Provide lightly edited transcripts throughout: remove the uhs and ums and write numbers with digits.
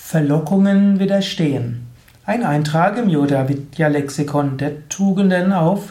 Verlockungen widerstehen. Ein Eintrag im Yoga-Vidya-Lexikon der Tugenden auf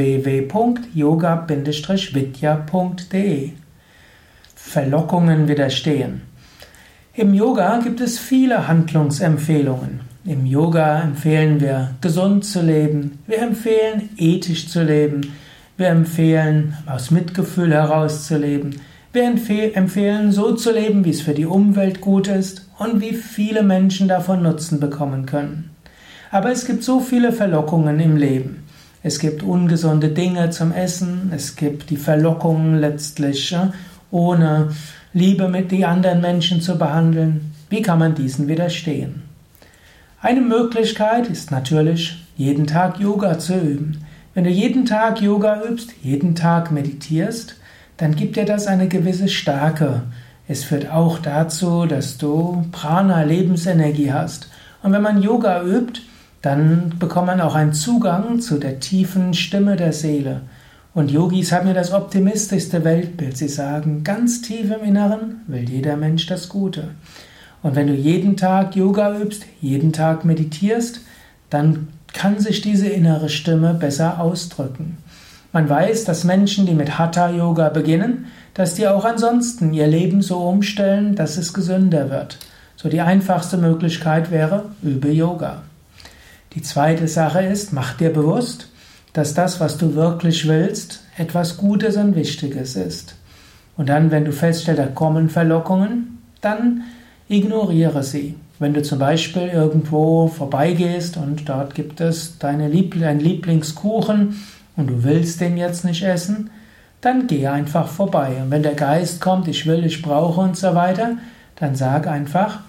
www.yoga-vidya.de. Verlockungen widerstehen. Im Yoga gibt es viele Handlungsempfehlungen. Im Yoga empfehlen wir, gesund zu leben. Wir empfehlen, ethisch zu leben. Wir empfehlen, aus Mitgefühl heraus zu leben. Wir empfehlen, so zu leben, wie es für die Umwelt gut ist und wie viele Menschen davon Nutzen bekommen können. Aber es gibt so viele Verlockungen im Leben. Es gibt ungesunde Dinge zum Essen. Es gibt die Verlockung letztlich, ohne Liebe mit den anderen Menschen zu behandeln. Wie kann man diesen widerstehen? Eine Möglichkeit ist natürlich, jeden Tag Yoga zu üben. Wenn du jeden Tag Yoga übst, jeden Tag meditierst, dann gibt dir das eine gewisse Stärke. Es führt auch dazu, dass du Prana, Lebensenergie hast. Und wenn man Yoga übt, dann bekommt man auch einen Zugang zu der tiefen Stimme der Seele. Und Yogis haben ja das optimistischste Weltbild. Sie sagen, ganz tief im Inneren will jeder Mensch das Gute. Und wenn du jeden Tag Yoga übst, jeden Tag meditierst, dann kann sich diese innere Stimme besser ausdrücken. Man weiß, dass Menschen, die mit Hatha-Yoga beginnen, dass die auch ansonsten ihr Leben so umstellen, dass es gesünder wird. So die einfachste Möglichkeit wäre, übe Yoga. Die zweite Sache ist, mach dir bewusst, dass das, was du wirklich willst, etwas Gutes und Wichtiges ist. Und dann, wenn du feststellst, da kommen Verlockungen, dann ignoriere sie. Wenn du zum Beispiel irgendwo vorbeigehst und dort gibt es deinen Lieblingskuchen und du willst den jetzt nicht essen, dann geh einfach vorbei. Und wenn der Geist kommt, ich will, ich brauche und so weiter, dann sag einfach,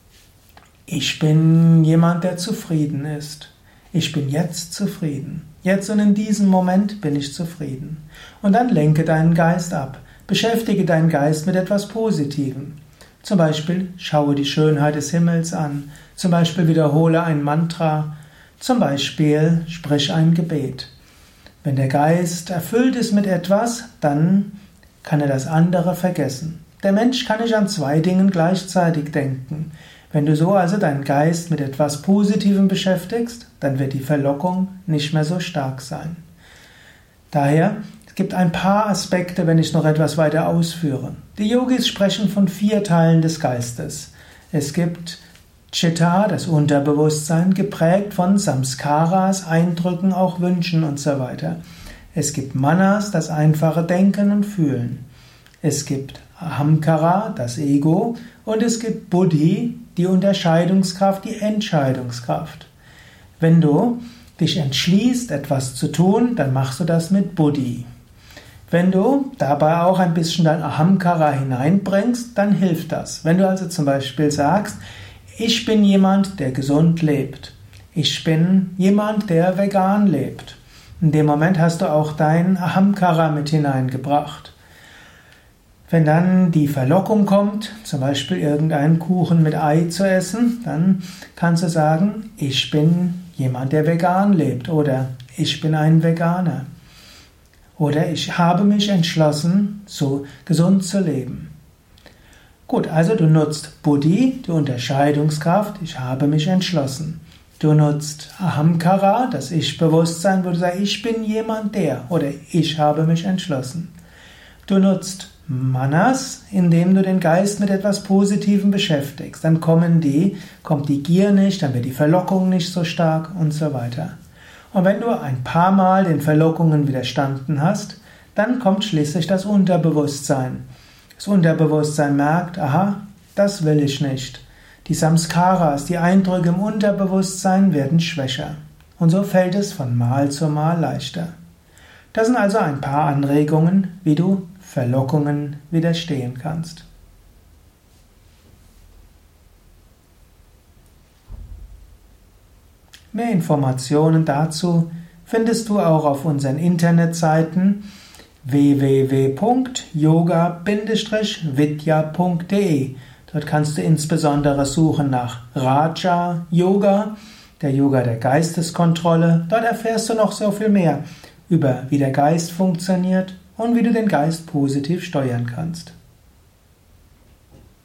ich bin jemand, der zufrieden ist. Ich bin jetzt zufrieden. Jetzt und in diesem Moment bin ich zufrieden. Und dann lenke deinen Geist ab. Beschäftige deinen Geist mit etwas Positivem. Zum Beispiel schaue die Schönheit des Himmels an. Zum Beispiel wiederhole ein Mantra. Zum Beispiel sprich ein Gebet. Wenn der Geist erfüllt ist mit etwas, dann kann er das andere vergessen. Der Mensch kann nicht an zwei Dingen gleichzeitig denken. Wenn du so also deinen Geist mit etwas Positivem beschäftigst, dann wird die Verlockung nicht mehr so stark sein. Daher, es gibt ein paar Aspekte, wenn ich noch etwas weiter ausführe. Die Yogis sprechen von 4 Teilen des Geistes. Es gibt Chitta, das Unterbewusstsein, geprägt von Samskaras, Eindrücken, auch Wünschen und so weiter. Es gibt Manas, das einfache Denken und Fühlen. Es gibt Ahamkara, das Ego, und es gibt Buddhi, die Unterscheidungskraft, die Entscheidungskraft. Wenn du dich entschließt, etwas zu tun, dann machst du das mit Buddhi. Wenn du dabei auch ein bisschen dein Ahamkara hineinbringst, dann hilft das. Wenn du also zum Beispiel sagst, ich bin jemand, der gesund lebt. Ich bin jemand, der vegan lebt. In dem Moment hast du auch dein Ahamkara mit hineingebracht. Wenn dann die Verlockung kommt, zum Beispiel irgendeinen Kuchen mit Ei zu essen, dann kannst du sagen, ich bin jemand, der vegan lebt, oder ich bin ein Veganer. Oder ich habe mich entschlossen, so gesund zu leben. Gut, also du nutzt Buddhi, die Unterscheidungskraft, ich habe mich entschlossen. Du nutzt Ahamkara, das Ich-Bewusstsein, wo du sagst, ich bin jemand der, oder ich habe mich entschlossen. Du nutzt Manas, indem du den Geist mit etwas Positivem beschäftigst. Dann kommt die Gier nicht, dann wird die Verlockung nicht so stark und so weiter. Und wenn du ein paar Mal den Verlockungen widerstanden hast, dann kommt schließlich das Unterbewusstsein. Das Unterbewusstsein merkt, aha, das will ich nicht. Die Samskaras, die Eindrücke im Unterbewusstsein werden schwächer. Und so fällt es von Mal zu Mal leichter. Das sind also ein paar Anregungen, wie du Verlockungen widerstehen kannst. Mehr Informationen dazu findest du auch auf unseren Internetseiten www.yoga-vidya.de. Dort kannst du insbesondere suchen nach Raja Yoga, der Yoga der Geisteskontrolle. Dort erfährst du noch so viel mehr über wie der Geist funktioniert und wie du den Geist positiv steuern kannst.